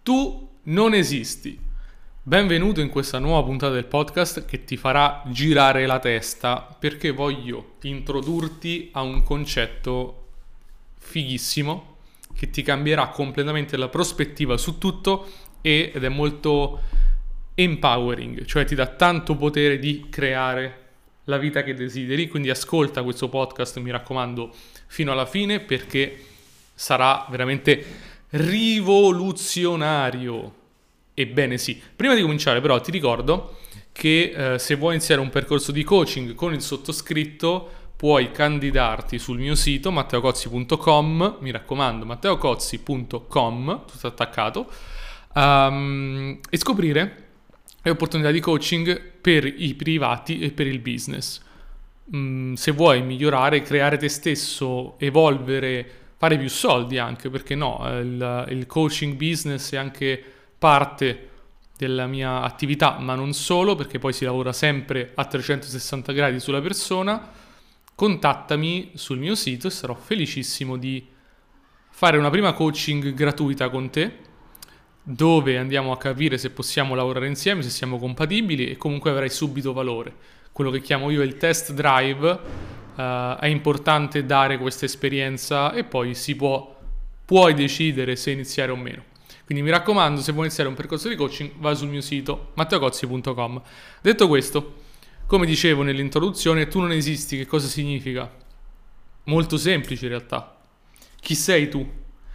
Tu non esisti. Benvenuto in questa nuova puntata del podcast che ti farà girare la testa perché voglio introdurti a un concetto fighissimo che ti cambierà completamente la prospettiva su tutto ed è molto empowering, cioè ti dà tanto potere di creare la vita che desideri. Quindi ascolta questo podcast, mi raccomando, fino alla fine perché sarà veramente rivoluzionario. Ebbene sì, prima di cominciare però ti ricordo che se vuoi iniziare un percorso di coaching con il sottoscritto puoi candidarti sul mio sito matteocozzi.com, mi raccomando matteocozzi.com, tutto attaccato, e scoprire le opportunità di coaching per i privati e per il business. Se vuoi migliorare, creare te stesso, evolvere, fare più soldi anche, perché no, il coaching business è anche parte della mia attività, ma non solo, perché poi si lavora sempre a 360 gradi sulla persona. Contattami sul mio sito e sarò felicissimo di fare una prima coaching gratuita con te, dove andiamo a capire se possiamo lavorare insieme, se siamo compatibili e comunque avrai subito valore. Quello che chiamo io il test drive. È importante dare questa esperienza e poi puoi decidere se iniziare o meno. Quindi mi raccomando, se vuoi iniziare un percorso di coaching, vai sul mio sito matteocozzi.com. Detto questo, come dicevo nell'introduzione, tu non esisti. Che cosa significa? Molto semplice in realtà. Chi sei tu?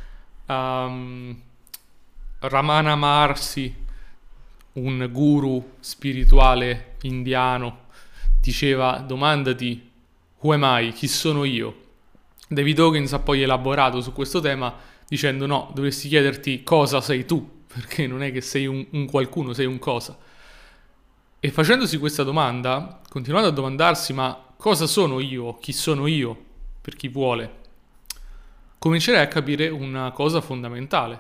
Ramana Maharshi, un guru spirituale indiano, diceva: domandati who am I? Chi sono io? David Hawkins ha poi elaborato su questo tema dicendo: no, dovresti chiederti cosa sei tu, perché non è che sei un qualcuno, sei un cosa. E facendosi questa domanda, continuando a domandarsi: ma cosa sono io? Chi sono io? Per chi vuole, comincerai a capire una cosa fondamentale.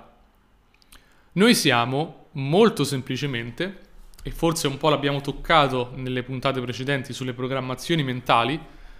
Noi siamo, molto semplicemente, e forse un po' l'abbiamo toccato nelle puntate precedenti sulle programmazioni mentali,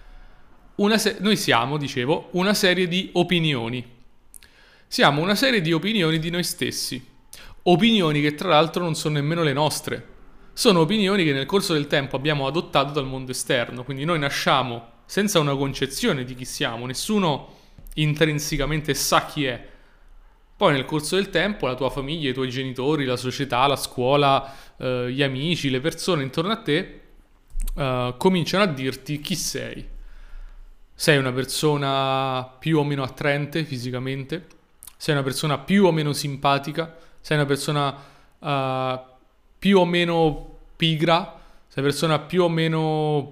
noi siamo, dicevo, una serie di opinioni. Siamo una serie di opinioni di noi stessi. Opinioni che tra l'altro non sono nemmeno le nostre. Sono opinioni che nel corso del tempo abbiamo adottato dal mondo esterno. Quindi noi nasciamo senza una concezione di chi siamo. Nessuno intrinsecamente sa chi è. Poi nel corso del tempo la tua famiglia, i tuoi genitori, la società, la scuola, gli amici, le persone intorno a te cominciano a dirti chi sei. Sei una persona più o meno attraente fisicamente? Sei una persona più o meno simpatica? Sei una persona più o meno pigra? Sei una persona più o meno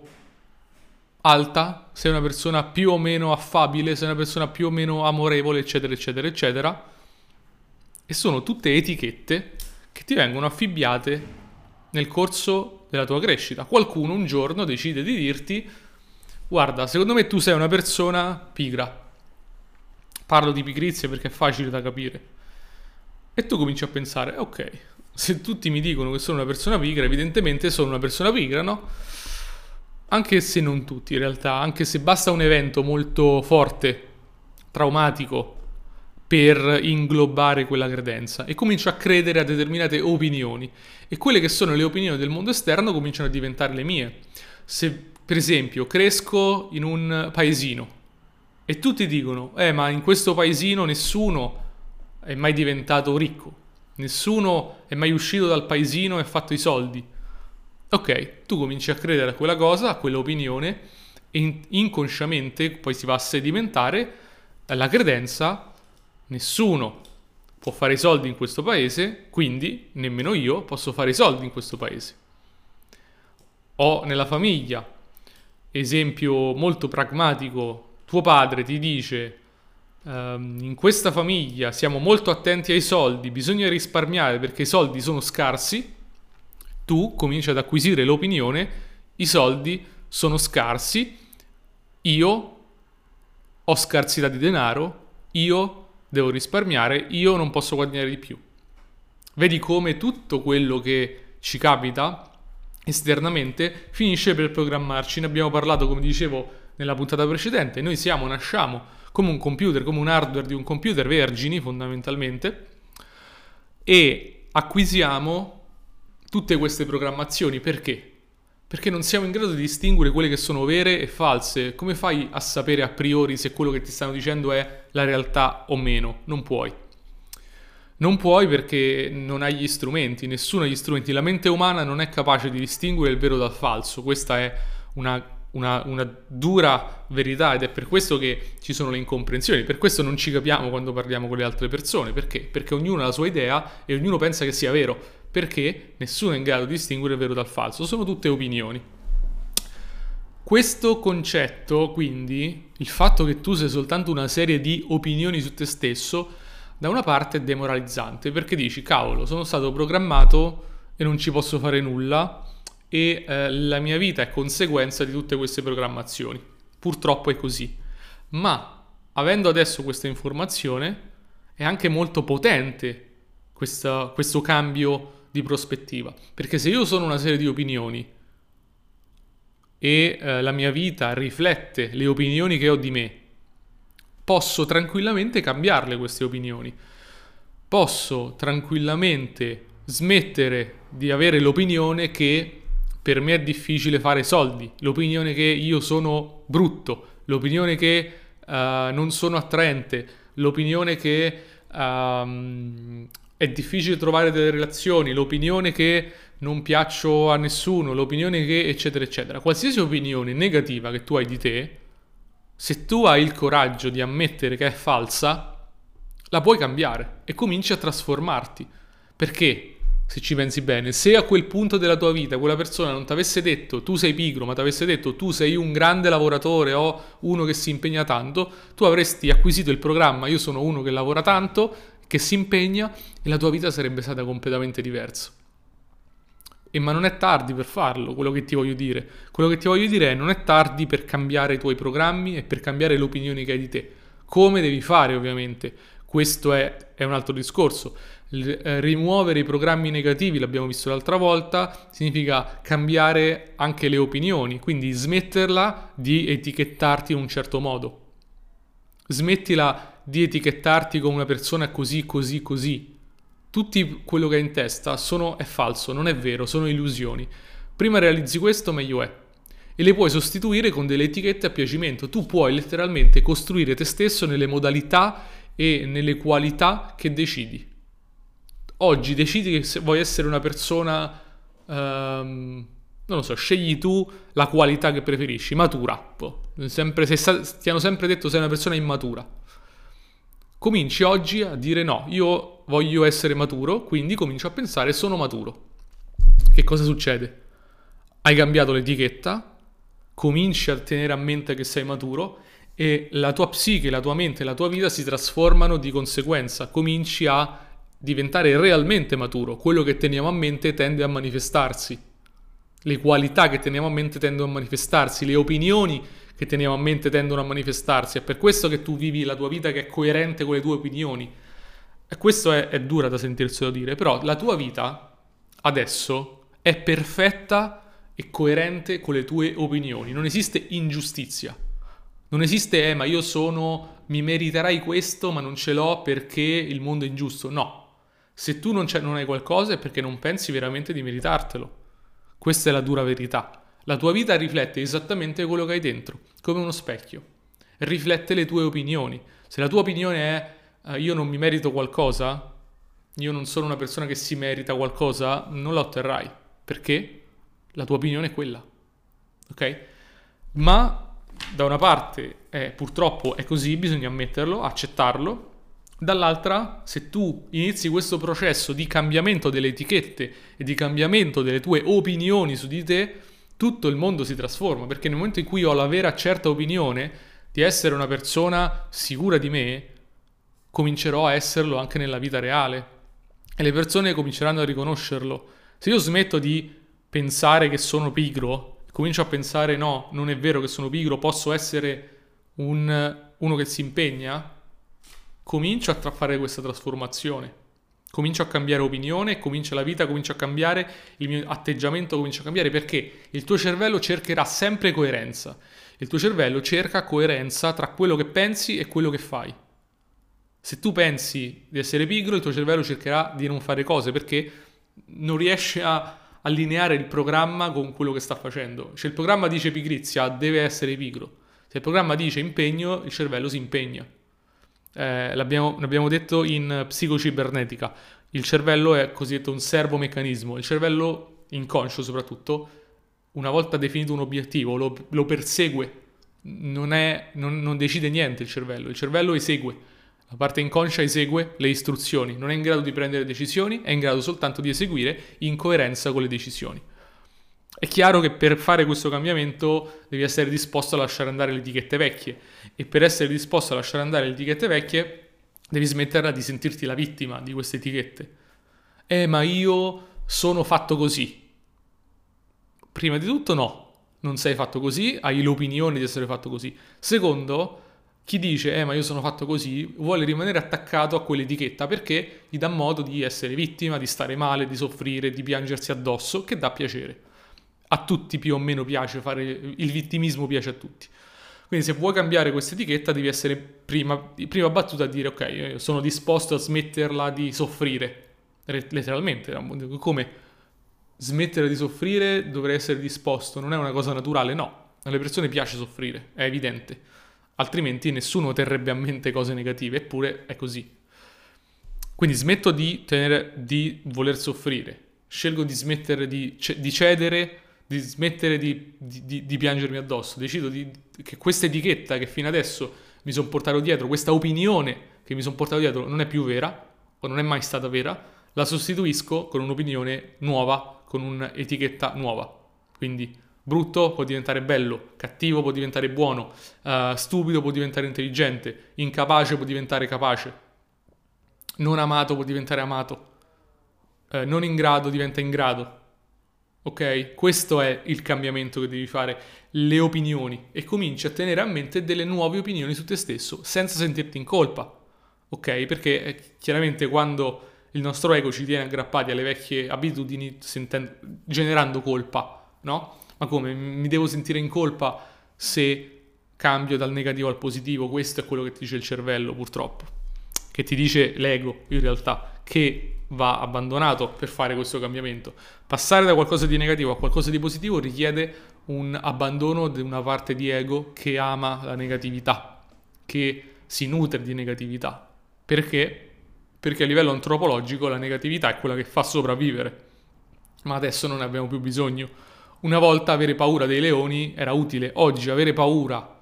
alta? Sei una persona più o meno affabile? Sei una persona più o meno amorevole, eccetera, eccetera, eccetera. E sono tutte etichette che ti vengono affibbiate nel corso della tua crescita. Qualcuno un giorno decide di dirti: guarda, secondo me tu sei una persona pigra. Parlo di pigrizia perché è facile da capire. E tu cominci a pensare: ok, se tutti mi dicono che sono una persona pigra, evidentemente sono una persona pigra, no? Anche se non tutti in realtà, anche se basta un evento molto forte, traumatico, per inglobare quella credenza, e comincio a credere a determinate opinioni, e quelle che sono le opinioni del mondo esterno cominciano a diventare le mie. Se per esempio cresco in un paesino e tutti dicono: ma in questo paesino nessuno è mai diventato ricco, nessuno è mai uscito dal paesino e ha fatto i soldi. Ok, tu cominci a credere a quella cosa, a quell'opinione, e inconsciamente poi si va a sedimentare la credenza: nessuno può fare i soldi in questo paese, quindi nemmeno io posso fare i soldi in questo paese. O nella famiglia, esempio molto pragmatico, tuo padre ti dice: in questa famiglia siamo molto attenti ai soldi, bisogna risparmiare perché i soldi sono scarsi. Tu cominci ad acquisire l'opinione: i soldi sono scarsi, io ho scarsità di denaro, io devo risparmiare, io non posso guadagnare di più. Vedi come tutto quello che ci capita esternamente finisce per programmarci. Ne abbiamo parlato, come dicevo, nella puntata precedente. Noi nasciamo come un computer, come un hardware di un computer, vergini fondamentalmente, e acquisiamo tutte queste programmazioni. Perché? Perché non siamo in grado di distinguere quelle che sono vere e false. Come fai a sapere a priori se quello che ti stanno dicendo è la realtà o meno? Non puoi. Non puoi perché non hai gli strumenti, nessuno ha gli strumenti. La mente umana non è capace di distinguere il vero dal falso. Questa è una dura verità ed è per questo che ci sono le incomprensioni. Per questo non ci capiamo quando parliamo con le altre persone. Perché? Perché ognuno ha la sua idea e ognuno pensa che sia vero. Perché nessuno è in grado di distinguere il vero dal falso. Sono tutte opinioni. Questo concetto, quindi, il fatto che tu sei soltanto una serie di opinioni su te stesso, da una parte è demoralizzante, perché dici, cavolo, sono stato programmato e non ci posso fare nulla e la mia vita è conseguenza di tutte queste programmazioni. Purtroppo è così. Ma, avendo adesso questa informazione, è anche molto potente questo cambio di prospettiva. Perché se io sono una serie di opinioni e la mia vita riflette le opinioni che ho di me, posso tranquillamente cambiarle queste opinioni. Posso tranquillamente smettere di avere l'opinione che per me è difficile fare soldi, l'opinione che io sono brutto, l'opinione che non sono attraente, l'opinione che è difficile trovare delle relazioni, l'opinione che non piaccio a nessuno, l'opinione che eccetera eccetera. Qualsiasi opinione negativa che tu hai di te, se tu hai il coraggio di ammettere che è falsa, la puoi cambiare e cominci a trasformarti. Perché, se ci pensi bene, se a quel punto della tua vita quella persona non ti avesse detto tu sei pigro, ma ti avesse detto tu sei un grande lavoratore o uno che si impegna tanto, tu avresti acquisito il programma io sono uno che lavora tanto, che si impegna, e la tua vita sarebbe stata completamente diversa. Ma non è tardi per farlo, quello che ti voglio dire. Quello che ti voglio dire è non è tardi per cambiare i tuoi programmi e per cambiare le opinioni che hai di te. Come devi fare, ovviamente? Questo è un altro discorso. Rimuovere i programmi negativi, l'abbiamo visto l'altra volta, significa cambiare anche le opinioni, quindi smetterla di etichettarti in un certo modo. Smettila di etichettarti come una persona così, così, così. Tutto quello che hai in testa è falso, non è vero, sono illusioni. Prima realizzi questo, meglio è. E le puoi sostituire con delle etichette a piacimento. Tu puoi letteralmente costruire te stesso nelle modalità e nelle qualità che decidi. Oggi decidi che vuoi essere una persona, non lo so, scegli tu la qualità che preferisci, matura. Ti hanno sempre detto sei una persona immatura. Cominci oggi a dire no, io voglio essere maturo, quindi comincio a pensare sono maturo. Che cosa succede? Hai cambiato l'etichetta, cominci a tenere a mente che sei maturo e la tua psiche, la tua mente, la tua vita si trasformano di conseguenza. Cominci a diventare realmente maturo. Quello che teniamo a mente tende a manifestarsi. Le qualità che teniamo a mente tendono a manifestarsi, le opinioni che teniamo a mente tendono a manifestarsi. È per questo che tu vivi la tua vita che è coerente con le tue opinioni. E questo è dura da sentirselo dire, però la tua vita adesso è perfetta e coerente con le tue opinioni. Non esiste ingiustizia. Non esiste, ma mi meriterai questo, ma non ce l'ho perché il mondo è ingiusto. No. Se tu non hai qualcosa è perché non pensi veramente di meritartelo. Questa è la dura verità. La tua vita riflette esattamente quello che hai dentro, come uno specchio. Riflette le tue opinioni. Se la tua opinione è io non mi merito qualcosa, io non sono una persona che si merita qualcosa, non la otterrai. Perché? La tua opinione è quella. Ok? Ma da una parte purtroppo è così, bisogna ammetterlo, accettarlo. Dall'altra, se tu inizi questo processo di cambiamento delle etichette e di cambiamento delle tue opinioni su di te, tutto il mondo si trasforma, perché nel momento in cui ho la vera certa opinione di essere una persona sicura di me, comincerò a esserlo anche nella vita reale e le persone cominceranno a riconoscerlo. Se io smetto di pensare che sono pigro, comincio a pensare no, non è vero che sono pigro, posso essere uno che si impegna, comincio a fare questa trasformazione. Comincio a cambiare opinione, la vita comincia a cambiare, il mio atteggiamento comincia a cambiare perché il tuo cervello cercherà sempre coerenza. Il tuo cervello cerca coerenza tra quello che pensi e quello che fai. Se tu pensi di essere pigro, il tuo cervello cercherà di non fare cose perché non riesce a allineare il programma con quello che sta facendo. Se il programma dice pigrizia, deve essere pigro. Se il programma dice impegno, il cervello si impegna. L'abbiamo detto in psicocibernetica. Il cervello è cosiddetto un servomeccanismo. Il cervello inconscio soprattutto, una volta definito un obiettivo, lo persegue. Non decide niente il cervello esegue. La parte inconscia esegue le istruzioni, non è in grado di prendere decisioni, è in grado soltanto di eseguire in coerenza con le decisioni. È chiaro che per fare questo cambiamento devi essere disposto a lasciare andare le etichette vecchie e per essere disposto a lasciare andare le etichette vecchie devi smetterla di sentirti la vittima di queste etichette. Ma io sono fatto così. Prima di tutto no, non sei fatto così, hai l'opinione di essere fatto così. Secondo, chi dice ma io sono fatto così vuole rimanere attaccato a quell'etichetta perché gli dà modo di essere vittima, di stare male, di soffrire, di piangersi addosso, che dà piacere. A tutti più o meno piace fare il vittimismo, piace a tutti. Quindi se vuoi cambiare questa etichetta devi essere prima battuta a dire ok, io sono disposto a smetterla di soffrire, letteralmente, come smettere di soffrire dovrei essere disposto, non è una cosa naturale, no, alle persone piace soffrire, è evidente, altrimenti nessuno terrebbe a mente cose negative, eppure è così. Quindi smetto di voler soffrire, scelgo di smettere di cedere, di smettere di piangermi addosso, decido che questa etichetta che fino adesso mi sono portato dietro, questa opinione che mi sono portato dietro non è più vera, o non è mai stata vera, la sostituisco con un'opinione nuova, con un'etichetta nuova. Quindi brutto può diventare bello, cattivo può diventare buono, stupido può diventare intelligente, incapace può diventare capace, non amato può diventare amato, non in grado diventa in grado. Ok? Questo è il cambiamento che devi fare, le opinioni, e cominci a tenere a mente delle nuove opinioni su te stesso senza sentirti in colpa. Ok? Perché chiaramente quando il nostro ego ci tiene aggrappati alle vecchie abitudini generando colpa, no? Ma come? Mi devo sentire in colpa se cambio dal negativo al positivo? Questo è quello che ti dice il cervello, purtroppo. Che ti dice l'ego, in realtà, che va abbandonato per fare questo cambiamento. Passare da qualcosa di negativo a qualcosa di positivo richiede un abbandono di una parte di ego che ama la negatività, che si nutre di negatività. Perché? Perché a livello antropologico la negatività è quella che fa sopravvivere, ma adesso non ne abbiamo più bisogno. Una volta avere paura dei leoni era utile, oggi avere paura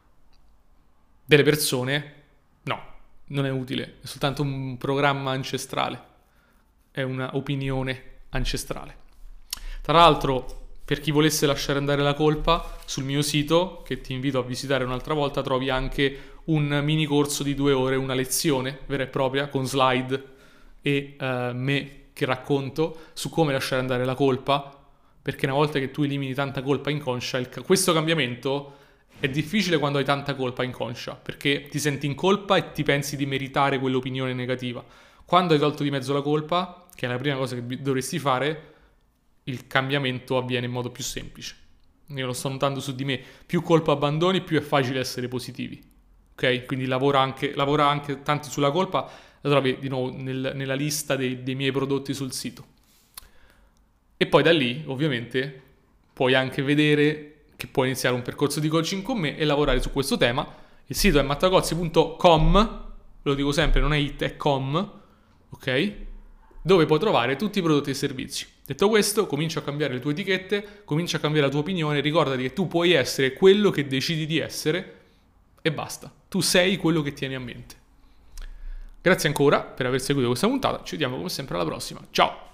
delle persone, no, non è utile, è soltanto un programma ancestrale, è una opinione ancestrale. Tra l'altro, per chi volesse lasciare andare la colpa, sul mio sito, che ti invito a visitare un'altra volta, trovi anche un mini corso di 2 ore, una lezione vera e propria, con slide e me che racconto su come lasciare andare la colpa, perché una volta che tu elimini tanta colpa inconscia, questo cambiamento è difficile quando hai tanta colpa inconscia, perché ti senti in colpa e ti pensi di meritare quell'opinione negativa. Quando hai tolto di mezzo la colpa, che è la prima cosa che dovresti fare, il cambiamento avviene in modo più semplice. Io lo sto notando su di me, più colpa abbandoni, più è facile essere positivi. Ok? Quindi lavora anche tanto sulla colpa, la trovi di nuovo nella lista dei miei prodotti sul sito. E poi da lì, ovviamente, puoi anche vedere che puoi iniziare un percorso di coaching con me e lavorare su questo tema. Il sito è mattacozzi.com, ve lo dico sempre, non è it, è com, ok? Dove puoi trovare tutti i prodotti e servizi. Detto questo, comincia a cambiare le tue etichette, comincia a cambiare la tua opinione, ricordati che tu puoi essere quello che decidi di essere e basta. Tu sei quello che tieni a mente. Grazie ancora per aver seguito questa puntata, ci vediamo come sempre alla prossima. Ciao!